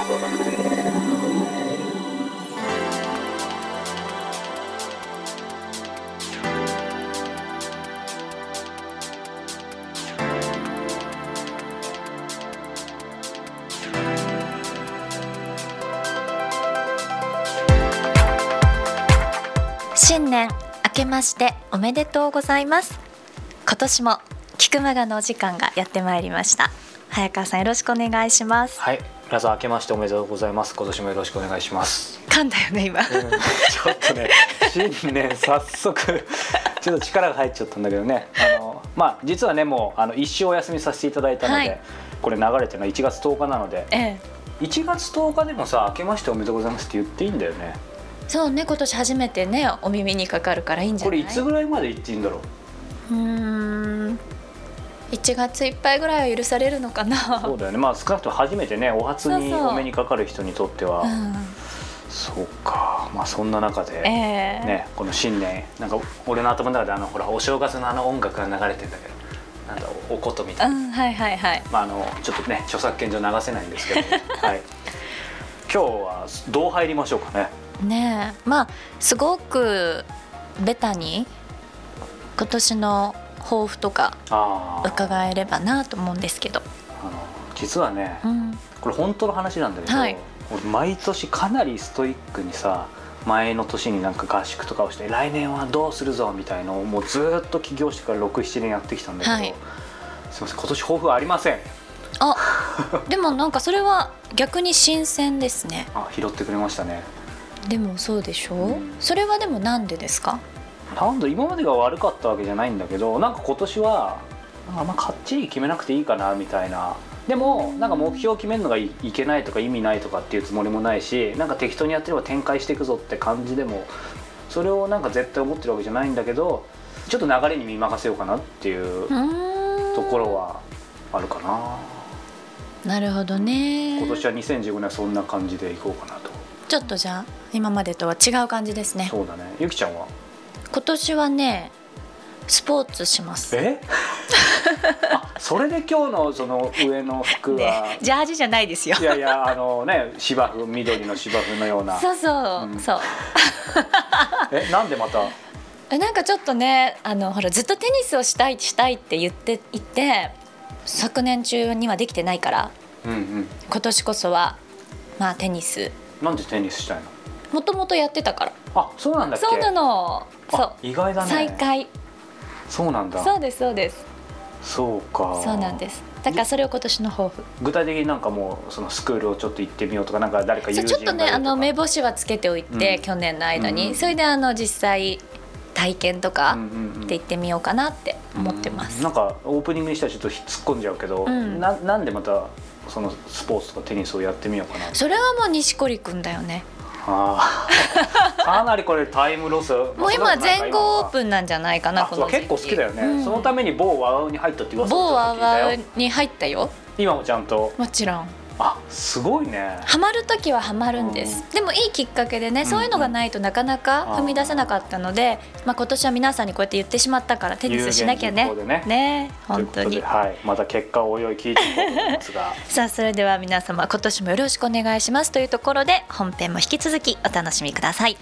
新年明けましておめでとうございます。今年もキクマガのお時間がやってまいりました。早川さんよろしくお願いします。 はい、皆さん明けましておめでとうございます。今年もよろしくお願いします。 噛んだよね今、 ちょっとね新年早速ちょっと力が入っちゃったんだけどね、実はねもう一生お休みさせていただいたので、はい、これ流れてるのは1月10日なので、1月10日でもさ明けましておめでとうございますって言っていいんだよね。 そうね、今年初めてねお耳にかかるからいいんじゃない。 これいつぐらいまで言っていいんだろう。 1月いっぱいぐらいは許されるのかな。 そうだよね、少なくとも初めてねお初にお目にかかる人にとってはそうか、そんな中で、ね、この新年なんか俺の頭の中でほらお正月の音楽が流れてんだけど、なんだお琴みたいな、 はいはいはい、 ちょっとね著作権上流せないんですけど、はい、今日はどう入りましょうかね。 ねえ、すごくベタに今年の抱負とか伺えればなと思うんですけど、 実はね、これ本当の話なんだけど、俺毎年かなりストイックにさ、前の年になんか合宿とかをして来年はどうするぞみたいのをもうずっと起業してから 6,7 年やってきたんだけど、すいません今年抱負はありません。 でもなんかそれは逆に新鮮ですね。 拾ってくれましたね。 でもそうでしょ、それはでもなんでですか。 今までが悪かったわけじゃないんだけど、なんか今年はかっちり決めなくていいかなみたいな。でもなんか目標を決めるのがいけないとか意味ないとかっていうつもりもないし、なんか適当にやってれば展開していくぞって感じでも、それをなんか絶対思ってるわけじゃないんだけど、ちょっと流れに身任せようかなっていうところはあるかな。 なるほどね。 今年は2015年はそんな感じでいこうかなと。 ちょっとじゃあ今までとは違う感じですね。 そうだね。ゆきちゃんは今年はねスポーツします。 それで今日のその上の服は、 ジャージじゃないですよ。 いやいや芝生、緑の芝生のような。 そうそう、そう。 なんでまた。 なんかちょっとねほらずっとテニスをしたいって言っていて、昨年中にはできてないから、今年こそはテニス。 なんでテニスしたいの。 もともとやってたから。 そうなんだっけ。 そうなの。そう意外だね。 再開。 そうなんだ。 そうですそうです。 そうか。 そうなんです。だからそれを今年の抱負。 具体的になんかもうそのスクールをちょっと行ってみようとか、なんか誰か友人がいるとか。 ちょっとね目星はつけておいて、去年の間に、それで実際体験とかで行ってみようかなって思ってます。 なんかオープニングにしたらちょっと突っ込んじゃうけど、なんでまたそのスポーツとかテニスをやってみようかな。 それはもう錦織くんだよね。 かなりこれタイムロス。 もう今全豪オープンなんじゃないかな。この時期結構好きだよね、そのために某ワウワウに入ったって噂を聞いたよ。 某ワウワウに入ったよ。 今もちゃんと。 もちろん。 すごいね。 ハマるときはハマるんです。でもいいきっかけでね、そういうのがないとなかなか踏み出せなかったので、今年は皆さんにこうやって言ってしまったからテニスしなきゃね。ね、本当に。 また結果をおいおい聞いていこうと思いますが。 さあそれでは皆様今年もよろしくお願いしますというところで、本編も引き続きお楽しみください。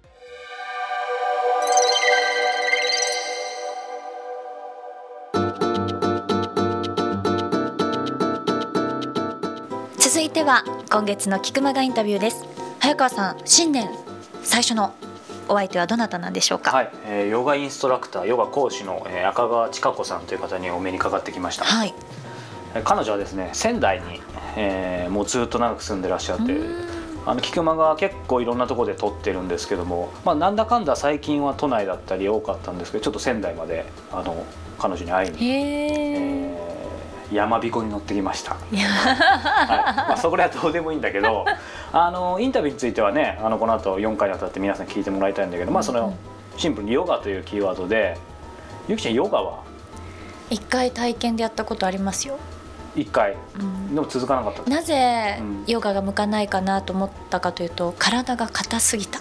続いては今月のキクマガインタビューです。早川さん、新年最初のお相手はどなたなんでしょうか。 ヨガインストラクター、ヨガ講師の赤川千佳子さんという方にお目にかかってきました。彼女はですね、仙台に、もうずっと長く住んでらっしゃって、キクマが結構いろんなところで撮ってるんですけども、なんだかんだ最近は都内だったり多かったんですけど、ちょっと仙台まで彼女に会いに山彦に乗ってきました。そこらはどうでもいいんだけど、インタビューについてはね、この後4回にわたって皆さん聞いてもらいたいんだけど、そのシンプルにヨガというキーワードで、ゆきちゃんヨガは 1回体験でやったことありますよ。 1回、でも続かなかった。 なぜヨガが向かないかなと思ったかというと、体が硬すぎた。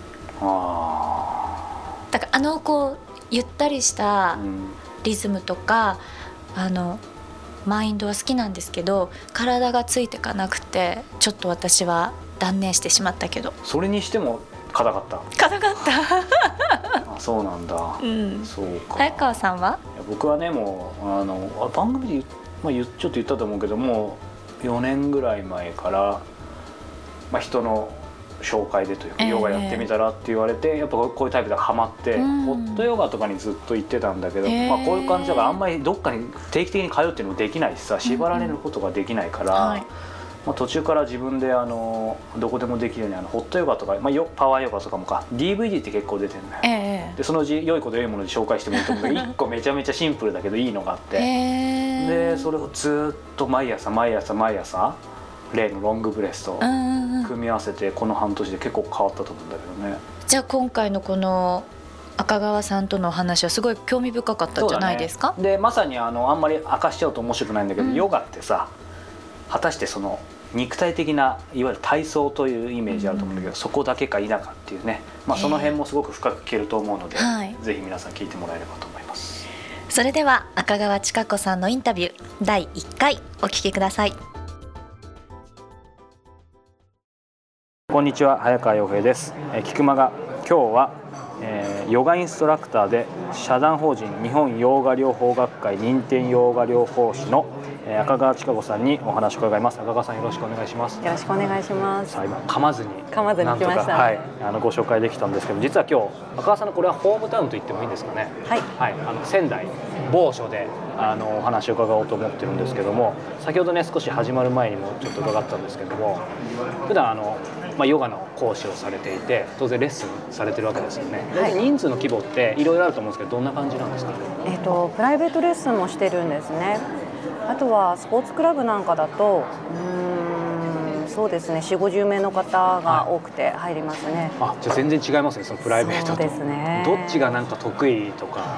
だからこうゆったりしたリズムとか、 マインドは好きなんですけど、体がついてかなくてちょっと私は断念してしまったけど。 それにしても硬かった。 硬かったあ、そうなんだ、 うん、 そうか。 早川さんは？ 僕はね、もう番組でちょっと言ったと思うけども、4年ぐらい前から、人の紹介でというか、ヨガやってみたらって言われて、やっぱこういうタイプでハマって、ホットヨガとかにずっと行ってたんだけど、こういう感じだからあんまりどっかに定期的に通うっていうのもできないしさ、縛られることができないから、途中から自分でどこでもできるようにホットヨガとか、パワーヨガとかもか DVD って結構出てるんだよ、でそのうち良いこと良いもので紹介してもいいと思うけど1個めちゃめちゃシンプルだけどいいのがあって、でそれをずっと毎朝例のロングブレスと組み合わせて、この半年で結構変わったと思うんだけどね。 じゃあ今回のこの赤川さんとのお話はすごい興味深かったんじゃないですか？ でまさにあんまり明かしちゃうと面白くないんだけど、ヨガってさ、果たしてその肉体的ないわゆる体操というイメージあると思うんだけど、そこだけか否かっていうね、その辺もすごく深く聞けると思うので、ぜひ皆さん聞いてもらえればと思います。 それでは赤川千佳子さんのインタビュー第1回お聞きください。 こんにちは、早川洋平です。菊間が今日は、ヨガインストラクターで社団法人日本ヨーガ療法学会認定ヨーガ療法士の赤川千佳子さんにお話を伺います。赤川さん、よろしくお願いします。 よろしくお願いします。 さあ、今噛まずに来ましたね。 ご紹介できたんですけど、実は今日赤川さんのこれはホームタウンと言ってもいいんですかね。はい、仙台某所でお話を伺おうと思ってるんですけども、先ほどね少し始まる前にもちょっと伺ったんですけども、普段ヨガの講師をされていて、当然レッスンされてるわけですよね。人数の規模っていろいろあると思うんですけど、どんな感じなんですか？ プライベートレッスンもしてるんですね。あとはスポーツクラブなんかだとそうですね、4、50名の方が多くて入りますね。 じゃあ全然違いますね、そのプライベートと。 そうですね。 どっちがなんか得意とか。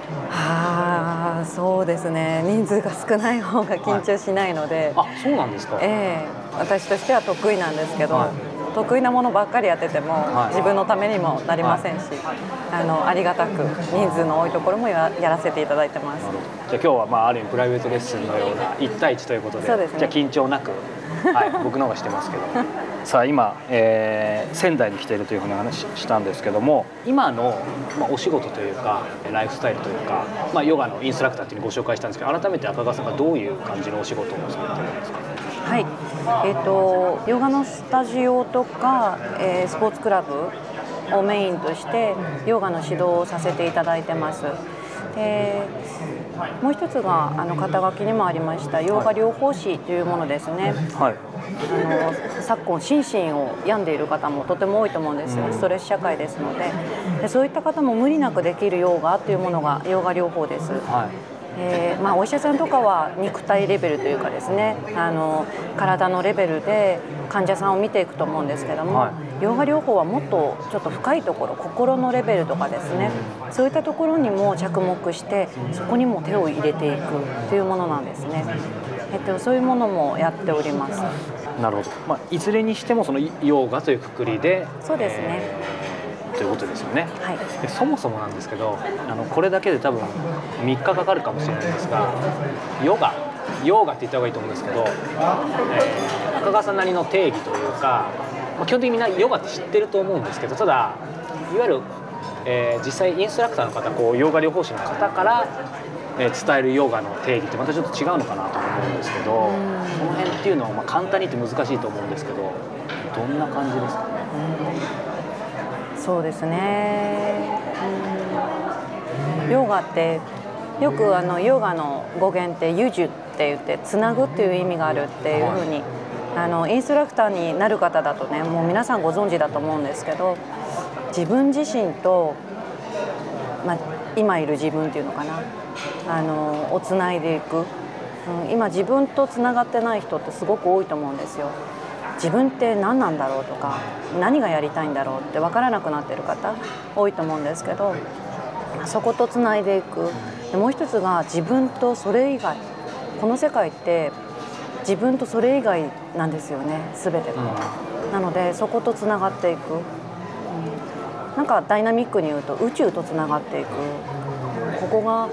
そうですね、人数が少ない方が緊張しないので、 そうなんですか。 私としては得意なんですけど、得意なものばっかりやってても、自分のためにもなりませんし、ありがたく人数の多いところもやらせていただいてます。 じゃあ今日はある意味プライベートレッスンのような1対1ということで、じゃあ緊張なく、僕の方がしてますけどさあ今、仙台に来ているというふうに話したんですけども、今の、お仕事というかライフスタイルというか、ヨガのインストラクターっていうのをご紹介したんですけど、改めて赤川さんがどういう感じのお仕事をされてるんですか？ はい、ヨガのスタジオとか、スポーツクラブをメインとしてヨガの指導をさせていただいてます。でもう一つが肩書きにもありましたヨガ療法士というものですね。昨今心身を病んでいる方もとても多いと思うんですよ。ストレス社会ですので、そういった方も無理なくできるヨガというものがヨガ療法です。お医者さんとかは肉体レベルというかですね、体のレベルで患者さんを見ていくと思うんですけども、ヨガ療法はもっとちょっと深いところ、心のレベルとかですね、そういったところにも着目してそこにも手を入れていくというものなんですね。そういうものもやっております。 なるほど。いずれにしてもそのヨガというくくりで、 そうですね、 ということですよね。でそもそもなんですけど、これだけで多分3日かかるかもしれないんですが、ヨガって言った方がいいと思うんですけど、赤川さんなりの定義というか、基本的にみんなヨガって知ってると思うんですけど、ただいわゆる、実際インストラクターの方、ヨガ療法士の方から、伝えるヨガの定義ってまたちょっと違うのかなと思うんですけど、その辺っていうのは簡単に言って難しいと思うんですけど、どんな感じですかね？ そうですね、ヨガってよくヨガの語源ってユジュって言ってつなぐっていう意味があるっていうふうにインストラクターになる方だとね、もう皆さんご存知だと思うんですけど、自分自身と、今いる自分っていうのかな、をつないでいく、今自分とつながってない人ってすごく多いと思うんですよ。自分って何なんだろうとか、何がやりたいんだろうって分からなくなっている方多いと思うんですけど、そことつないでいく。でもう一つが自分とそれ以外、この世界って自分とそれ以外なんですよね、全てが。なのでそことつながっていく、なんかダイナミックに言うと宇宙とつながっていく、ここが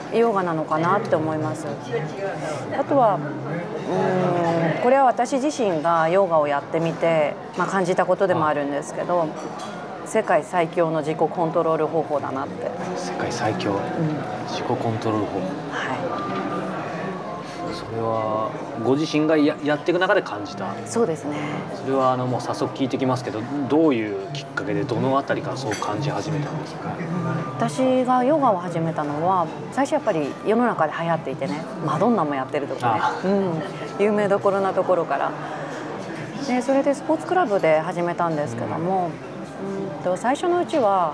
ヨガなのかなって思います。あとはこれは私自身がヨガをやってみて、感じたことでもあるんですけど、世界最強の自己コントロール方法だなって。 世界最強、自己コントロール方法。それはご自身が やっていく中で感じた。 そうですね。 それはもう早速聞いてきますけど、どういうきっかけでどのあたりからそう感じ始めたんですか？ 私がヨガを始めたのは最初やっぱり世の中で流行っていてね、マドンナもやってるとかね、有名どころなところからで、それでスポーツクラブで始めたんですけども、最初のうちは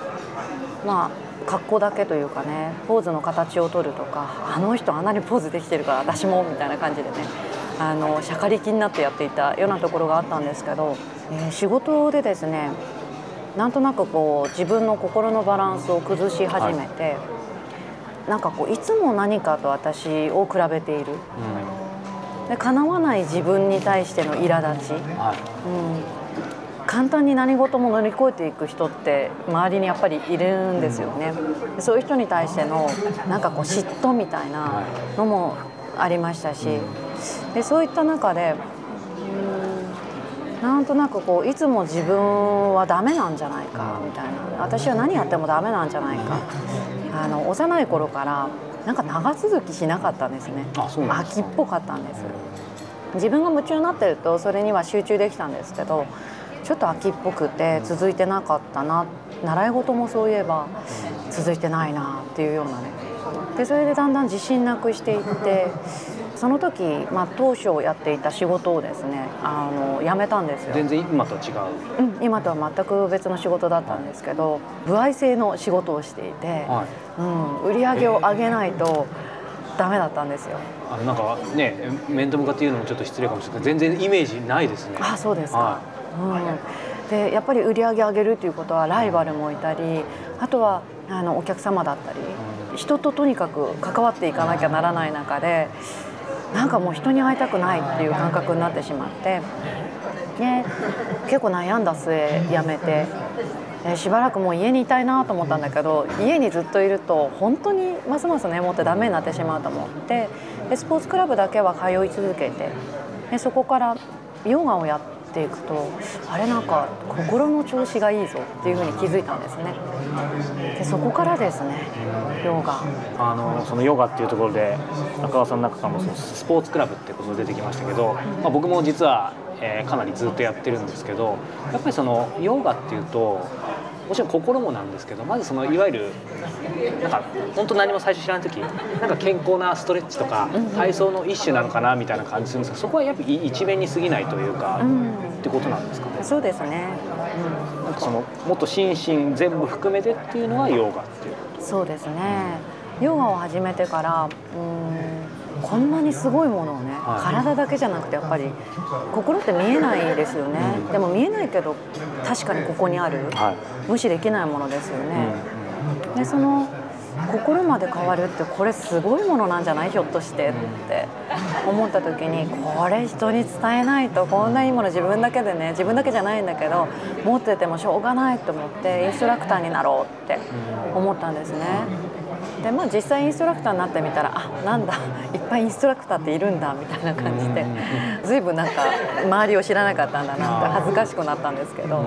格好だけというかね、ポーズの形を取るとか、あの人あんなにポーズできてるから私もみたいな感じでね、しゃかりきになってやっていたようなところがあったんですけど、仕事でですね、なんとなく自分の心のバランスを崩し始めて、いつも何かと私を比べている、で叶わない自分に対しての苛立ち、簡単に何事も乗り越えていく人って周りにやっぱりいるんですよね。そういう人に対しての嫉妬みたいなのもありましたし、でそういった中でなんとなくいつも自分はダメなんじゃないかみたいな、私は何やってもダメなんじゃないか、幼い頃から長続きしなかったんですね。飽きっぽかったんです。自分が夢中になってるとそれには集中できたんですけど、ちょっと飽きっぽくて続いてなかったな、習い事もそういえば続いてないなっていうようなね。でそれでだんだん自信なくしていって、その時、当初やっていた仕事をですね辞めたんですよ。 全然今とは違う、 今とは全く別の仕事だったんですけど、歩合制の仕事をしていて、売り上げを上げないとダメだったんですよ。 面と向かって言うのもちょっと失礼かもしれないけど、全然イメージないですね。 そうですか。でやっぱり売り上げ上げるということはライバルもいたり、あとはお客様だったり、人ととにかく関わっていかなきゃならない中で、もう人に会いたくないっていう感覚になってしまって、結構悩んだ末辞めて、しばらくもう家にいたいなと思ったんだけど、家にずっといると本当にますます眠ってダメになってしまうと思って、でスポーツクラブだけは通い続けて、でそこからヨガをやっていくと、心の調子がいいぞっていうふうに気づいたんですね。でそこからですね、ヨガそのヨガっていうところで赤川さんの中からもスポーツクラブってことが出てきましたけど、僕も実は、かなりずっとやってるんですけど、やっぱりそのヨガっていうともちろん心もなんですけど、まずいわゆる本当何も最初知らない時健康なストレッチとか体操の一種なのかなみたいな感じするんですけど、そこはやっぱり一面に過ぎないというか、ってことなんですかね。 そうですね、 もっと心身全部含めてっていうのはヨガっていう。 そうですね、ヨガを始めてからこんなにすごいものをね、体だけじゃなくてやっぱり心って見えないですよね。でも見えないけど確かにここにある、無視できないものですよね。でその心まで変わるって、これすごいものなんじゃない、ひょっとしてって思った時に、これ人に伝えないと、こんないいもの自分だけでね、自分だけじゃないんだけど持っててもしょうがないと思って、インストラクターになろうって思ったんですね。で実際インストラクターになってみたら、なんだいっぱいインストラクターっているんだみたいな感じで、随分周りを知らなかったんだなって恥ずかしくなったんですけど、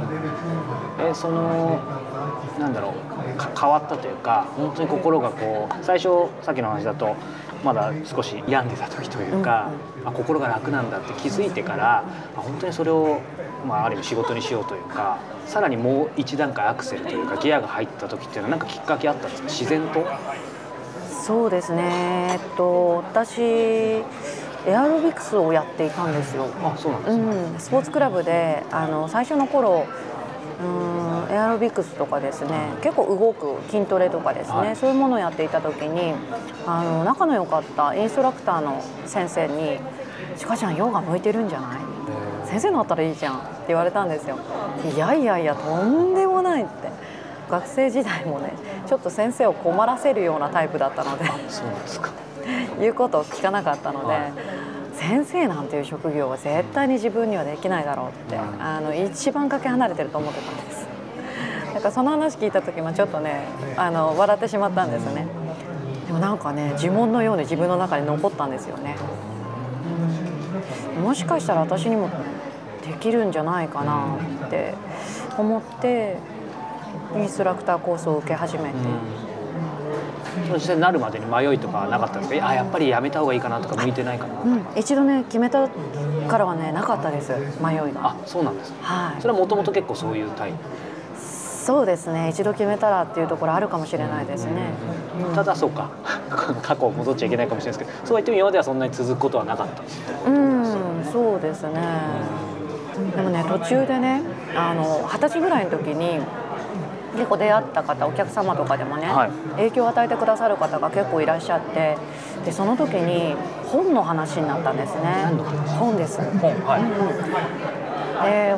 変わったというか、本当に心が最初さっきの話だとまだ少し病んでた時というか、心が楽なんだって気づいてから、本当にそれをある意味仕事にしようというか、さらにもう一段階アクセルというかギアが入った時っていうのはきっかけあったんですか、自然と。 そうですね、私エアロビクスをやっていたんですよ。 そうなんですね。 スポーツクラブで最初の頃エアロビクスとかですね、結構動く筋トレとかですね、そういうものをやっていた時に仲の良かったインストラクターの先生に「ちかちゃんヨガ向いてるんじゃない?」先生になったらいいじゃんって言われたんですよ。いやいやいや、とんでもないって。学生時代もね、ちょっと先生を困らせるようなタイプだったのでそうなんですか。 言うことを聞かなかったので、先生なんていう職業は絶対に自分にはできないだろうって一番かけ離れてると思ってたんです。だからその話聞いた時もちょっとね笑ってしまったんですね。 でもなんかね呪文のように自分の中に残ったんですよね。もしかしたら私にもできるんじゃないかなって思ってインストラクターコースを受け始めて、 そしてなるまでに迷いとかはなかったんですか？やっぱりやめた方がいいかなとか向いてないかなとか、 一度ね決めたからはねなかったです、迷いが。 あ、そうなんです、 はい、 それはもともと結構そういうタイプ？ そうですね、一度決めたらっていうところあるかもしれないですね。 ただそうか過去戻っちゃいけないかもしれないですけど、そうは言っても今まではそんなに続くことはなかったんですよ。 そうですね。でもね途中でね20歳ぐらいの時に結構出会った方、お客様とかでもね、はい、影響を与えてくださる方が結構いらっしゃって、でその時に本の話になったんですね。本です。本、はい、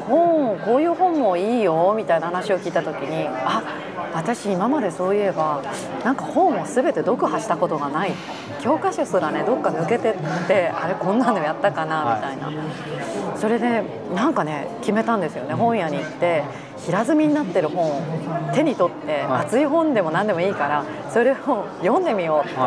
こういう本もいいよみたいな話を聞いた時に、あ、私今までそういえばなんか本を全て読破したことがない、教科書すらねどっか抜けてって、あれこんなのやったかなみたいな、それでなんかね決めたんですよね。本屋に行って平積みになってる本を手に取って、厚い本でも何でもいいからそれを読んでみようって、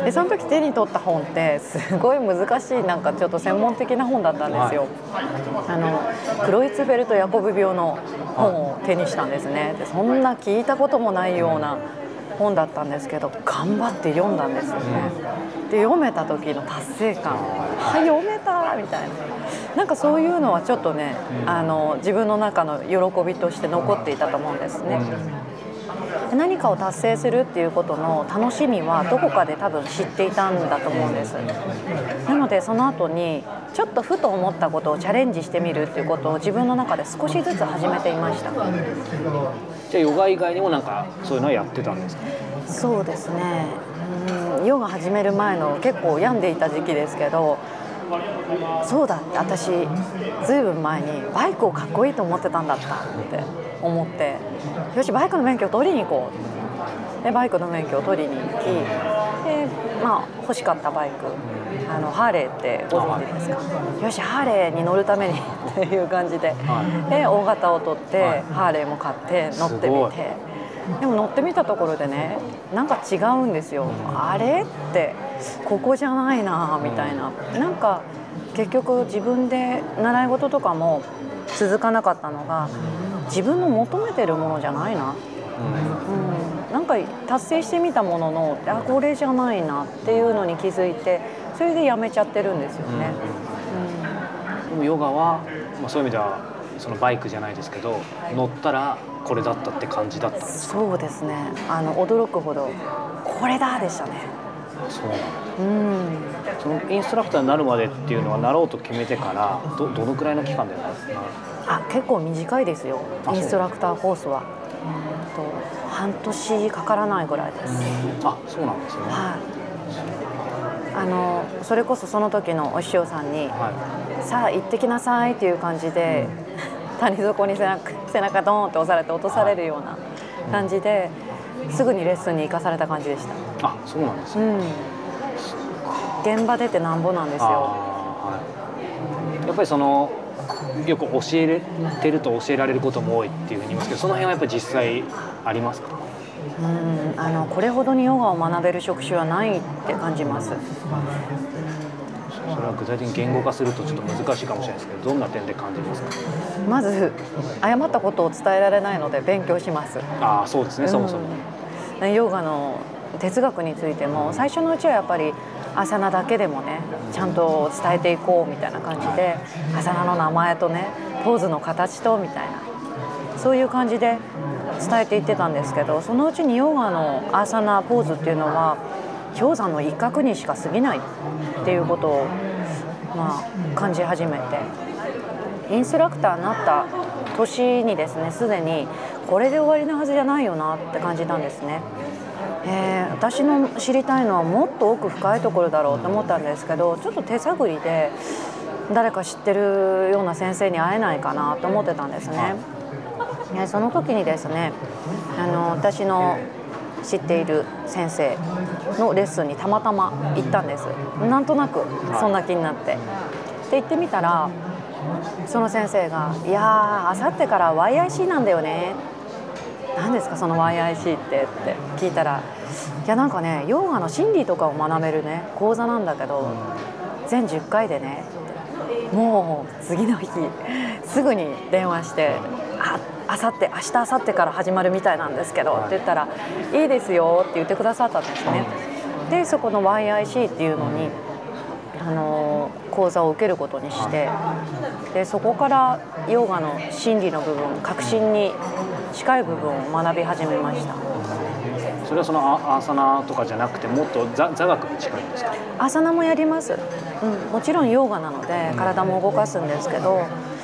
でその時手に取った本ってすごい難しい、なんかちょっと専門的な本だったんですよ。クロイツフェルト・ヤコブ病の本を手にしたんですね。でそんな聞いたこともないような本だったんですけど、頑張って読んだんですよね。で読めた時の達成感、読めたみたいな、なんかそういうのはちょっとね、自分の中の喜びとして残っていたと思うんですね。何かを達成するっていうことの楽しみはどこかで多分知っていたんだと思うんです。なのでその後にちょっとふと思ったことをチャレンジしてみるっていうことを自分の中で少しずつ始めていました。じゃあヨガ以外にもなんかそういうのはやってたんですか？ そうですね、ヨガ始める前の結構病んでいた時期ですけど、そうだって私ずいぶん前にバイクをかっこいいと思ってたんだったって思って、よしバイクの免許を取りに行こうでバイクの免許を取りに行き、で、欲しかったバイクハーレーってご存知ですか？よしハーレーに乗るためにっていう感じで、で大型を取ってハーレーも買って乗ってみて、でも乗ってみたところでねなんか違うんですよ。あれってここじゃないなみたいな、なんか結局自分で習い事とかも続かなかったのが自分の求めてるものじゃないな、なんか達成してみたもののこれじゃないなっていうのに気づいて、それでやめちゃってるんですよね。 でもヨガは、そういう意味ではそのバイクじゃないですけど乗ったらこれだったって感じだったんですか？ そうですね、驚くほどこれだでしたね。 そうなんです。そのインストラクターになるまでっていうのはなろうと決めてからどのくらいの期間でなるんですか？ 結構短いですよ、インストラクターコースは。半年かからないぐらいです。 そうなんですね。 それこそその時のお師匠さんに、さあ行ってきなさいっていう感じで、谷底に背中ドーンって押されて落とされるような感じで、すぐにレッスンに行かされた感じでした。 そうなんですね。 現場出てなんぼなんですよ。 やっぱりよく教えてると教えられることも多いっていうふうに言いますけど、その辺はやっぱり実際ありますか？ これほどにヨガを学べる職種はないって感じます。 それは具体的に言語化するとちょっと難しいかもしれないですけど、どんな点で感じますか？ まず誤ったことを伝えられないので勉強します。 そうですね、そもそもヨガの哲学についても最初のうちはやっぱりアサナだけでもねちゃんと伝えていこうみたいな感じで、アサナの名前とねポーズの形とみたいな、そういう感じで伝えていってたんですけど、そのうちにヨガのアーサナポーズっていうのは氷山の一角にしか過ぎないっていうことを感じ始めて、インストラクターになった年にですねすでにこれで終わりのはずじゃないよなって感じたんですね。私の知りたいのはもっと奥深いところだろうと思ったんですけど、ちょっと手探りで誰か知ってるような先生に会えないかなと思ってたんですね。その時にですね私の知っている先生のレッスンにたまたま行ったんです。なんとなくそんな気になって、で行ってみたらその先生が「いやーあさってから YIC なんだよね」「何ですかその YIC って」って聞いたら「いやなんかね、ヨガの心理とかを学べるね講座なんだけど、全10回でね、もう次の日すぐに電話して「明日明後日から始まるみたいなんですけど」って言ったら「いいですよ」って言ってくださったんですね。でそこの YIC っていうのに講座を受けることにして、でそこからヨガの心理の部分、核心に近い部分を学び始めました。 それはそのアーサナとかじゃなくて、もっと座学に近いんですか？ アーサナもやります、もちろんヨガなので体も動かすんですけど、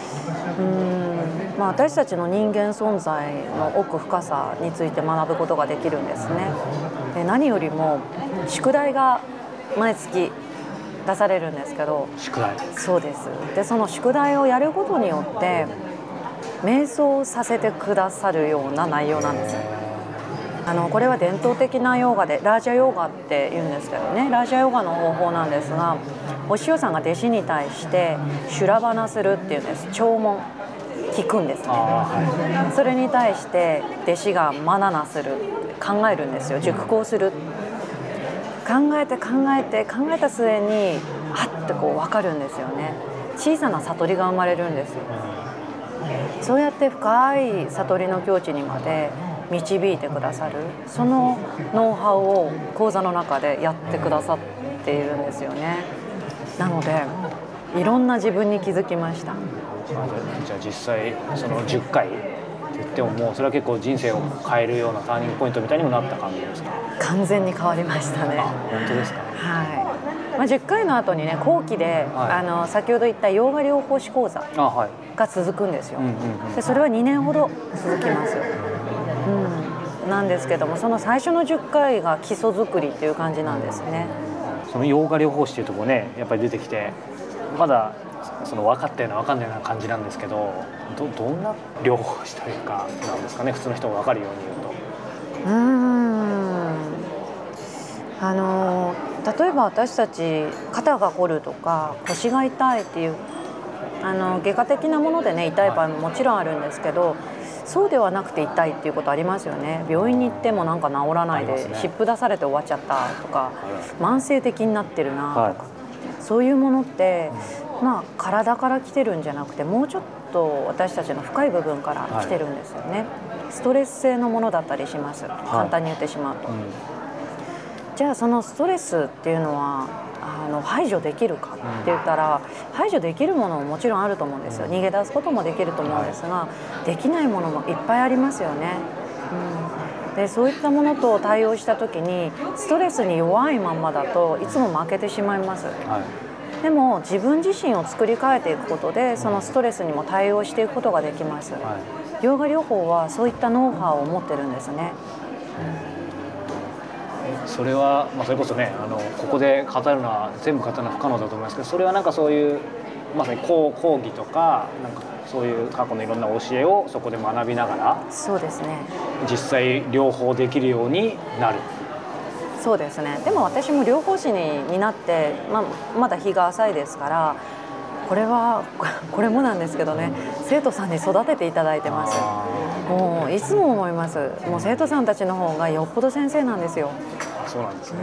私たちの人間存在の奥深さについて学ぶことができるんですね。で何よりも宿題が毎月出されるんですけど。 宿題？ そうです。でその宿題をやることによって瞑想させてくださるような内容なんですよ。これは伝統的なヨガでラージャヨガって言うんですけどね、ラージャヨガの方法なんですが、お師匠さんが弟子に対してシュラバナするっていうんです。弔問聞くんですね。それに対して弟子がマナナする、考えるんですよ。熟考する。考えた末にはってこう分かるんですよね。小さな悟りが生まれるんですよ。そうやって深い悟りの境地にまで導いてくださる、そのノウハウを講座の中でやってくださっているんですよね。なのでいろんな自分に気づきました。 じゃあ実際その10回って言っても、もうそれは結構人生を変えるようなターニングポイントみたいにもなった感じですか？ 完全に変わりましたね。 本当ですか？ はい。10回の後にね、後期で、先ほど言ったヨガ療法士講座が続くんですよ。でそれは2年ほど続きます。なんですけども、その最初の10回が基礎作りっていう感じなんですね。 そのヨガ療法士っていうところね、やっぱり出てきて、まだその分かったような分かんないような感じなんですけど、どんな療法士というかなんですかね、普通の人が分かるように言うと。 例えば私たち肩が凝るとか腰が痛いっていう外科的なものでね、痛い場合ももちろんあるんですけど、そうではなくて痛いっていうことありますよね。病院に行ってもなんか治らないで、湿布出されて終わっちゃったとか、慢性的になってるなとか、そういうものって体から来てるんじゃなくて、もうちょっと私たちの深い部分から来てるんですよね。ストレス性のものだったりします、簡単に言ってしまうと。じゃあそのストレスっていうのは排除できるかって言ったら、排除できるものももちろんあると思うんですよ。逃げ出すこともできると思うんですが、できないものもいっぱいありますよね。でそういったものと対応した時に、ストレスに弱いまんまだといつも負けてしまいます。でも自分自身を作り変えていくことで、そのストレスにも対応していくことができます。ヨガ療法はそういったノウハウを持ってるんですね。 それは、それこそね、ここで語るのは全部語るのは不可能だと思いますけど、それはなんかそういうまさに講義とか、なんかそういう過去のいろんな教えをそこで学びながら、 そうですね、 実際療法できるようになる。 そうですね。でも私も療法士になって、まだ日が浅いですから、これもなんですけどね、生徒さんに育てていただいてます。もういつも思います。もう生徒さんたちの方がよっぽど先生なんですよ。 そうなんですね。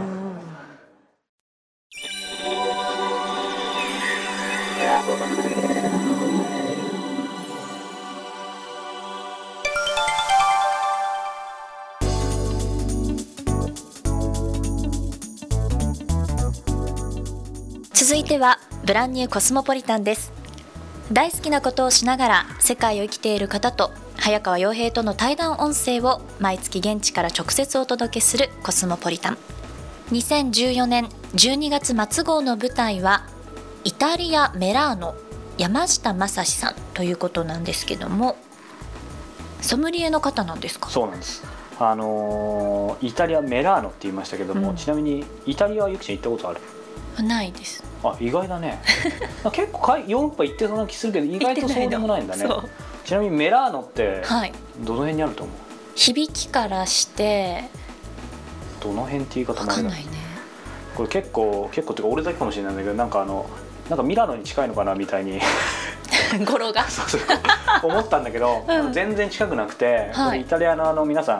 続いてはブランニューコスモポリタンです。大好きなことをしながら世界を生きている方と早川洋平との対談音声を毎月現地から直接お届けするコスモポリタン。2014年12月末号の舞台はイタリア・メラーノ、山下正史さんということなんですけども、ソムリエの方なんですか？ そうなんです。イタリア・メラーノって言いましたけども、ちなみにイタリアはゆきちゃん行ったことある？ ないです。 意外だね。結構ヨーロッパ行ってそうな気するけど、意外とそうでもないんだね。ちなみにメラーノってどの辺にあると思う？ 響きからしてどの辺って言い方もあるんだ。 分かんないね。 これ結構っていうか俺だけかもしれないんだけど、なんかミラノに近いのかなみたいに語呂が思ったんだけど、全然近くなくて、これイタリアの皆さん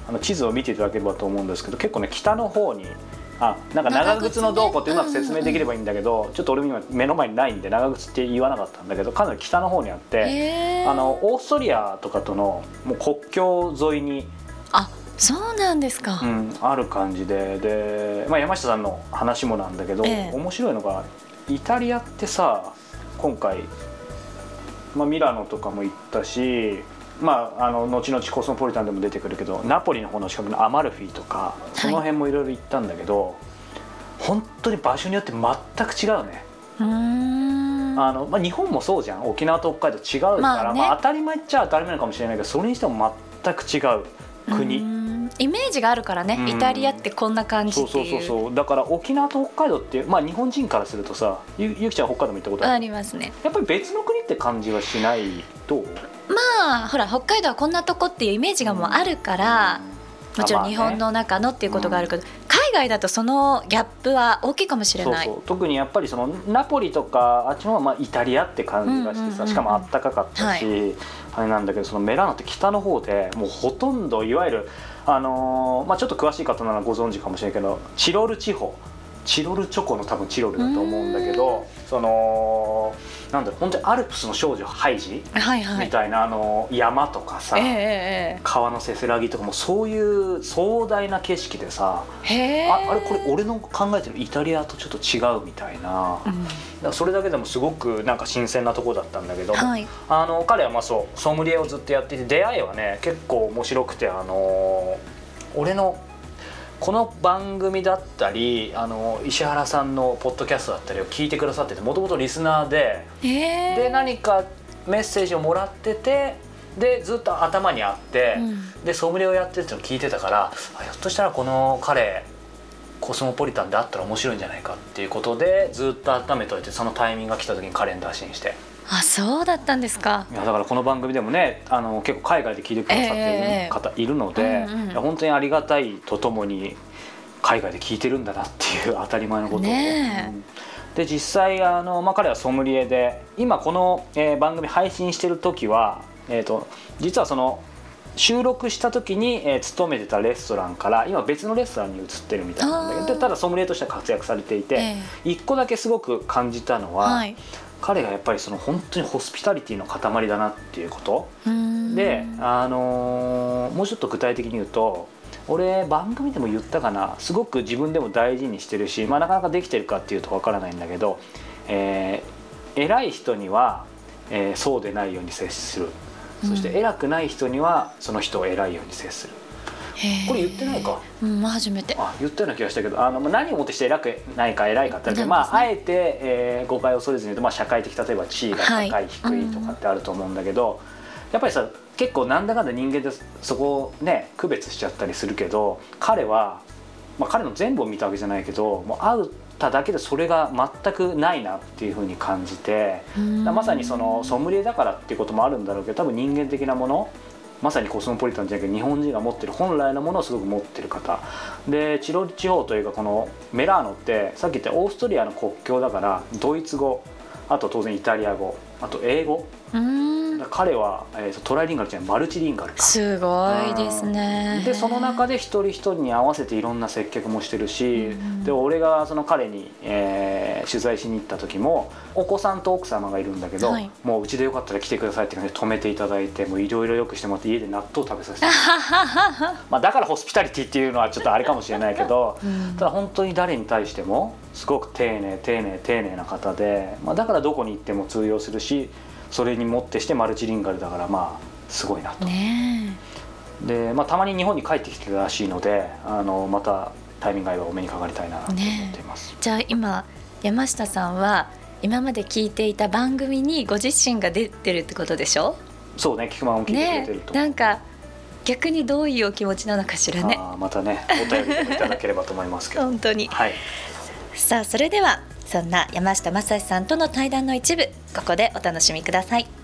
地図を見ていただければと思うんですけど、結構ね北の方になんか長靴のどうこうってうまく説明できればいいんだけど、ちょっと俺も今目の前にないんで長靴って言わなかったんだけど、かなり北の方にあって、オーストリアとかとのもう国境沿いにそうなんですか、 ある感じで、山下さんの話もなんだけど、面白いのがイタリアってさ、今回、ミラノとかも行ったし、後々コスモポリタンでも出てくるけどナポリの方の近くのアマルフィとかその辺もいろいろ行ったんだけど、本当に場所によって全く違うね。日本もそうじゃん、沖縄と北海道違うから、当たり前っちゃ当たり前なのかもしれないけど、それにしても全く違う国、 イメージがあるからね、イタリアってこんな感じっていう。 そうだから沖縄と北海道って、日本人からするとさ、ゆきちゃん北海道も行ったことある？ ありますね。 やっぱり別の国って感じはしないと、 ほら北海道はこんなとこっていうイメージがもうあるから、もちろん日本の中のっていうことがあるけど、海外だとそのギャップは大きいかもしれない。 特にやっぱりそのナポリとかあっちの方はイタリアって感じがしてさ、しかもあったかかったし、あれなんだけど、そのメラノって北の方でもうほとんどいわゆるちょっと詳しい方ならご存知かもしれないけど、チロル地方、チロルチョコの多分チロルだと思うんだけど、そのなんだろう、本当にアルプスの少女ハイジみたいな山とかさ、川のせせらぎとかもそういう壮大な景色でさ、あれこれ俺の考えてるイタリアとちょっと違うみたいな、だからそれだけでもすごくなんか新鮮なところだったんだけど、彼はソムリエをずっとやっていて、出会いはね結構面白くて、俺のこの番組だったり石原さんのポッドキャストだったりを聞いてくださってて、もともとリスナーで、で何かメッセージをもらってて、でずっと頭にあって、でソムリエをやってるっていうのを聞いてたから、ひょっとしたらこの彼コスモポリタンであったら面白いんじゃないかっていうことでずっと温めといて、そのタイミングが来た時にカレンダーシにして。 そうだったんですか。 いやだからこの番組でもね結構海外で聞いてくださっている方いるので、本当にありがたいとともに海外で聞いてるんだなっていう当たり前のことを、で実際彼はソムリエで、今この、番組配信してる時は、実はその収録した時に、勤めてたレストランから今別のレストランに移ってるみたいなんだけど、ただソムリエとしては活躍されていて、一個だけすごく感じたのは、彼がやっぱりその本当にホスピタリティの塊だなっていうことで、もうちょっと具体的に言うと、俺番組でも言ったかな、すごく自分でも大事にしてるし、なかなかできてるかっていうとわからないんだけど、偉い人には、そうでないように接する、そして偉くない人にはその人を偉いように接する。これ言ってないか、 初めて言ったような気がしたけど、何をもってして偉くないか偉いかってあるけど、あえて、誤解を恐れずに言うと、社会的例えば地位が高い、低いとかってあると思うんだけど、やっぱりさ結構なんだかんだ人間でそこをね区別しちゃったりするけど、彼は、彼の全部を見たわけじゃないけど、もう会っただけでそれが全くないなっていうふうに感じて、まさにそのソムリエだからっていうこともあるんだろうけど、多分人間的なもの、まさにコスモポリタンじゃなくて日本人が持ってる本来のものをすごく持ってる方で、チロル地方というかこのメラーノってさっき言ったオーストリアの国境だから、ドイツ語、あと当然イタリア語、あと英語、彼は、トライリンガルじゃないマルチリンガルか。すごいですね。 でその中で一人一人に合わせていろんな接客もしてるし、で俺がその彼に、取材しに行った時もお子さんと奥様がいるんだけど、もううちでよかったら来てくださいって感じで泊めていただいて、もういろいろよくしてもらって、家で納豆食べさせてだからホスピタリティっていうのはちょっとあれかもしれないけど、ただ本当に誰に対してもすごく丁寧な方で、だからどこに行っても通用するし、それにもってしてマルチリンガルだからすごいなと。で、たまに日本に帰ってきてたらしいので、またタイミング合えばお目にかかりたいなと思っています。 じゃあ今山下さんは今まで聞いていた番組にご自身が出てるってことでしょ？ そうね、菊間を聞いてくれてると、 なんか逆にどういうお気持ちなのかしらね。 またねお便りでもいただければと思いますけど本当に、さあそれではそんな山下正史さんとの対談の一部、ここでお楽しみください。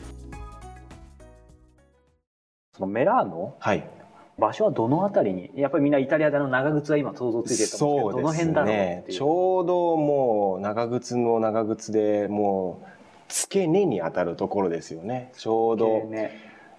そのメラーノ、場所はどのあたりに、やっぱりみんなイタリアで長靴は今想像ついてると思うんですけど、どの辺だろうっていう。 ちょうどもう長靴でもう付け根に当たるところですよね。ちょうど、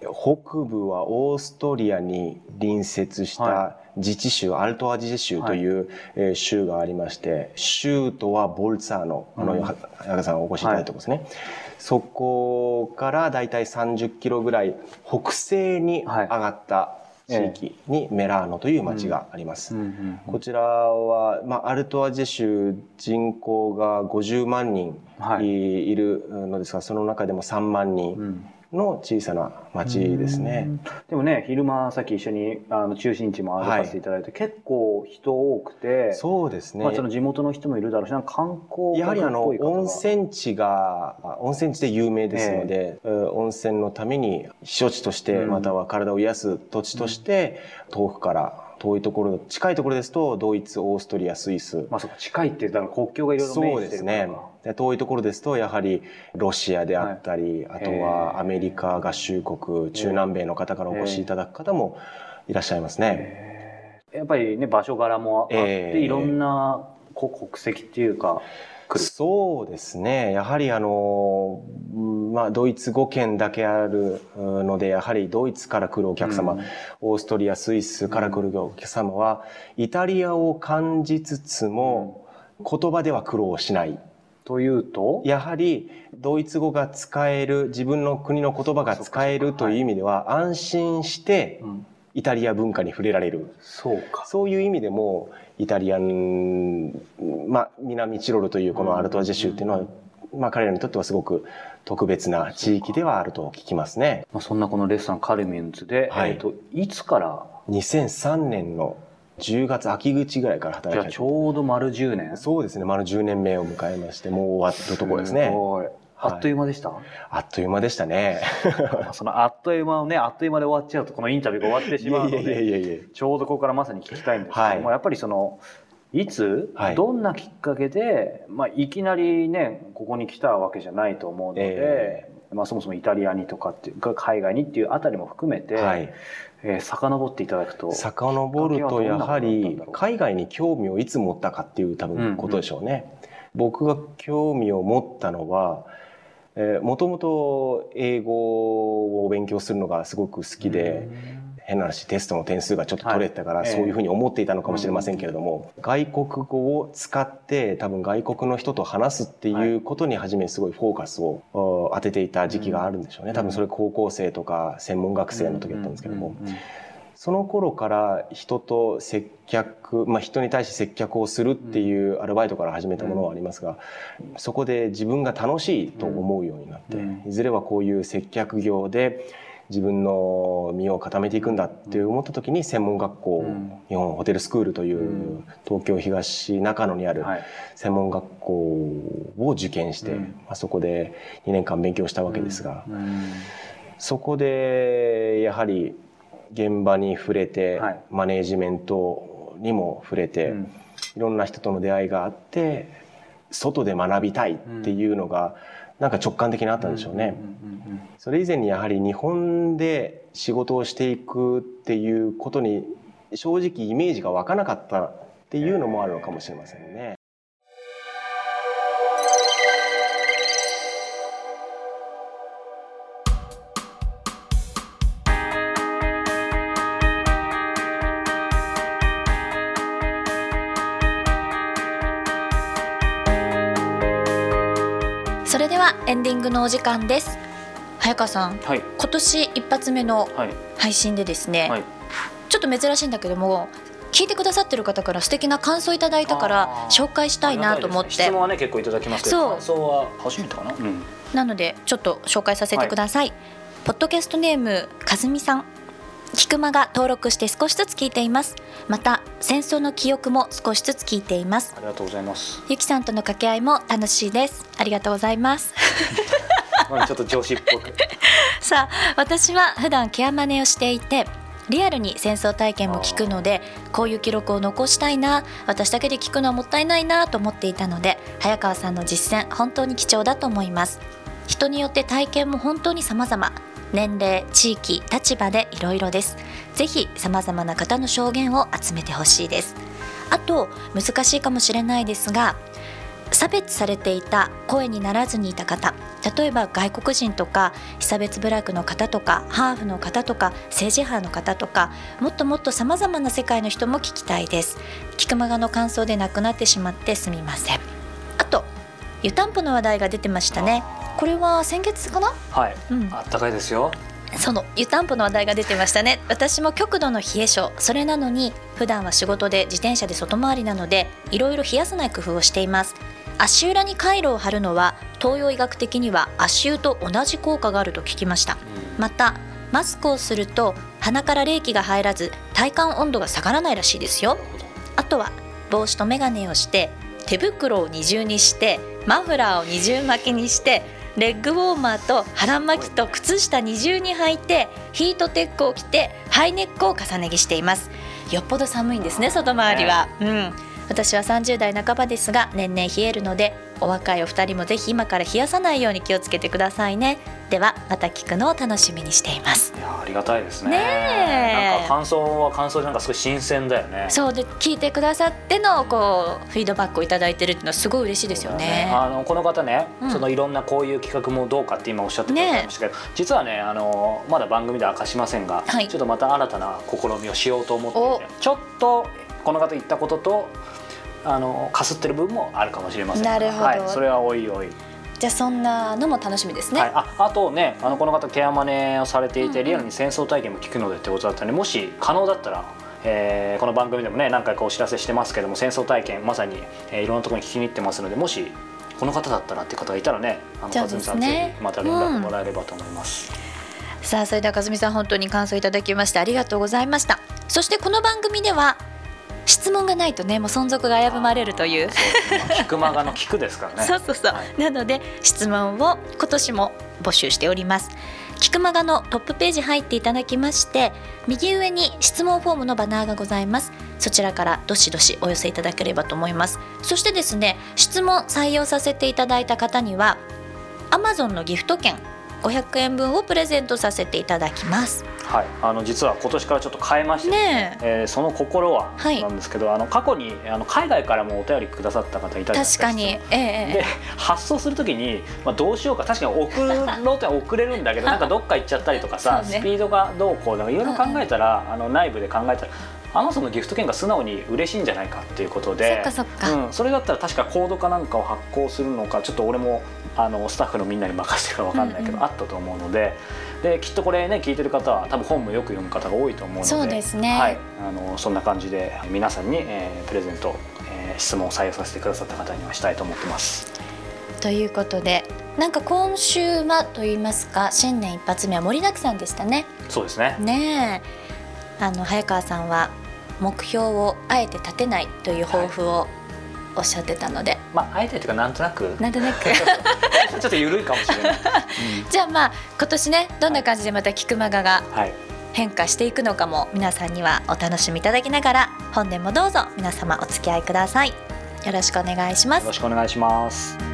北部はオーストリアに隣接した自治州、アルトアジェ州という、州がありまして、州都はボルツァーノ、早川さんがお越しいただいたところですね。そこからだいたい30キロぐらい北西に上がった地域にメラーノという町があります。こちらは、アルトアジェ州人口が50万人いるのですが、その中でも3万人の小さな町ですね。 でもね、昼間さっき一緒に中心地も歩かせていただいて、結構人多くて、 そうですね。 その地元の人もいるだろうし、観光やはり温泉地で有名ですので、温泉のために避暑地として、または体を癒す土地として、遠いところ、近いところですとドイツ、オーストリア、スイス。 そうか、近いってだから国境がいろいろ面してるから。そうですね。 遠いところですとやはりロシアであったり、あとはアメリカ合衆国、中南米の方からお越しいただく方もいらっしゃいますね。 やっぱりね、場所柄もあって、いろんな国籍っていうかそうですね。やはりドイツ語圏だけあるので、やはりドイツから来るお客様、オーストリア、スイスから来るお客様は、イタリアを感じつつも、言葉では苦労しない。 というと、 やはりドイツ語が使える、自分の国の言葉が使えるという意味では、安心してイタリア文化に触れられる。そういう意味でもイタリアン、南チロルというこのアルトアジェ州っていうのは、彼らにとってはすごく特別な地域ではあると聞きますね。 そんなこのレストランカルメンズで、いつから？ 2003年の10月秋口ぐらいから働いて、 ちょうど丸10年。 そうですね、丸10年目を迎えまして、もう終わったところですね。 あっという間でした？ あっという間でしたね。 そのあっという間をね、あっという間で終わっちゃうとこのインタビューが終わってしまうので、ちょうどここからまさに聞きたいんですけども、やっぱりいつ、どんなきっかけで、いきなりね、ここに来たわけじゃないと思うので、そもそもイタリアにとかっていうか海外にっていうあたりも含めて、遡っていただくと。 遡るとやはり海外に興味をいつ持ったかっていう多分ことでしょうね。僕が興味を持ったのは、もともと英語を勉強するのがすごく好きで、変な話テストの点数がちょっと取れてたからそういうふうに思っていたのかもしれませんけれども、外国語を使って多分外国の人と話すっていうことに初めすごいフォーカスを当てていた時期があるんでしょうね。多分それ高校生とか専門学生の時だったんですけども、その頃から人と接客、人に対して接客をするっていうアルバイトから始めたものはありますが、そこで自分が楽しいと思うようになって、いずれはこういう接客業で自分の身を固めていくんだって思った時に専門学校、日本ホテルスクールという東京東中野にある専門学校を受験して、そこで2年間勉強したわけですが、そこでやはり現場に触れて、マネージメントにも触れて、いろんな人との出会いがあって外で学びたいっていうのがなんか直感的にあったんでしょうね。それ以前にやはり日本で仕事をしていくっていうことに正直イメージが湧かなかったっていうのもあるのかもしれませんね。 それではエンディングのお時間です。早川さん、今年一発目の配信でですね、ちょっと珍しいんだけども聞いてくださってる方から素敵な感想いただいたから紹介したいなと思って。 質問はね結構いただきますけど、感想は初めてかな、 なのでちょっと紹介させてください。ポッドキャストネームかずみさん、キクマが登録して少しずつ聞いています。また戦争の記憶も少しずつ聞いています。 ありがとうございます。 ゆきさんとの掛け合いも楽しいです。ありがとうございますちょっと上司っぽくさあ、私は普段ケアマネをしていてリアルに戦争体験も聞くので、こういう記録を残したいな、私だけで聞くのはもったいないなと思っていたので、早川さんの実践本当に貴重だと思います。人によって体験も本当に様々、年齢、地域、立場でいろいろです。ぜひ様々な方の証言を集めてほしいです。あと難しいかもしれないですが、 差別されていた、声にならずにいた方、例えば外国人とか被差別部落の方とかハーフの方とか政治派の方とか、もっともっとさまざまな世界の人も聞きたいです。菊間がの感想で亡くなってしまってすみません。あと湯たんぽの話題が出てましたね。これは先月かな。 はい、あったかいですよ。 その湯たんぽの話題が出てましたね。私も極度の冷え性、それなのに普段は仕事で自転車で外回りなので、いろいろ冷やさない工夫をしています。足裏にカイロを貼るのは東洋医学的には足湯と同じ効果があると聞きました。またマスクをすると鼻から冷気が入らず体感温度が下がらないらしいですよ。あとは帽子とメガネをして、手袋を二重にして、マフラーを二重巻きにして、レッグウォーマーと腹巻きと靴下二重に履いて、ヒートテックを着てハイネックを重ね着しています。よっぽど寒いんですね、外回りは。私は30代半ばですが年々冷えるので、お若いお二人もぜひ今から冷やさないように気をつけてくださいね。ではまた聞くのを楽しみにしています。 いやありがたいですね。なんか感想は感想でなんかすごい新鮮だよね。 そうで、聞いてくださってのこうフィードバックをいただいてるっていうのはすごい嬉しいですよね。 この方ね、そのいろんなこういう企画もどうかって今おっしゃってくださいましたけど、実はねまだ番組では明かしませんが、ちょっとまた新たな試みをしようと思っていて、ちょっとこの方言ったこととかすってる部分もあるかもしれません。 なるほど、 それはおいおい。 じゃあそんなのも楽しみですね。 あとね、この方ケアマネをされていて、リアルに戦争体験も聞くのでってことだったので、もし可能だったら、この番組でもね何回かお知らせしてますけども、戦争体験まさに、いろんなところに聞きに行ってますので、もしこの方だったらっていう方がいたらね、かずみさんぜひまた連絡もらえればと思います。 さあそれではかずみさん、本当に感想いただきましてありがとうございました。そしてこの番組では質問がないとね、もう存続が危ぶまれるという菊間がの菊ですからね。 そう、なので質問を今年も募集しております。菊間がのトップページ入っていただきまして、右上に質問フォームのバナーがございます。そちらからどしどしお寄せいただければと思います。そしてですね、質問採用させていただいた方には Amazon のギフト券500円分をプレゼントさせていただきます。 はい、実は今年からちょっと変えましてね、その心はなんですけど、過去に海外からもお便りくださった方いたじゃないですか。 確かに、 で発送するときに、どうしようか、確かに送ろうって送れるんだけどなんかどっか行っちゃったりとかさ、スピードがどうこうなんかいろいろ考えたら、内部で考えたらAmazonのギフト券が素直に嬉しいんじゃないかっていうことで、それだったら確かコードかなんかを発行するのか、ちょっと俺もスタッフのみんなに任せてるか分かんないけど、あったと思うので、きっとこれね聞いてる方は多分本もよく読む方が多いと思うので、 そうですね、 はい、そんな感じで皆さんに、プレゼント、質問を採用させてくださった方にはしたいと思ってます。 ということで、なんか今週はといいますか、新年一発目は盛りだくさんでしたね。 そうですね。 ねえ、早川さんは目標をあえて立てないという抱負をおっしゃってたので、 あえてというかなんとなくちょっと緩いかもしれない、 じゃあ今年ね、どんな感じでまた菊間が変化していくのかも皆さんにはお楽しみいただきながら、本年もどうぞ皆様お付き合いください。よろしくお願いします。 よろしくお願いします。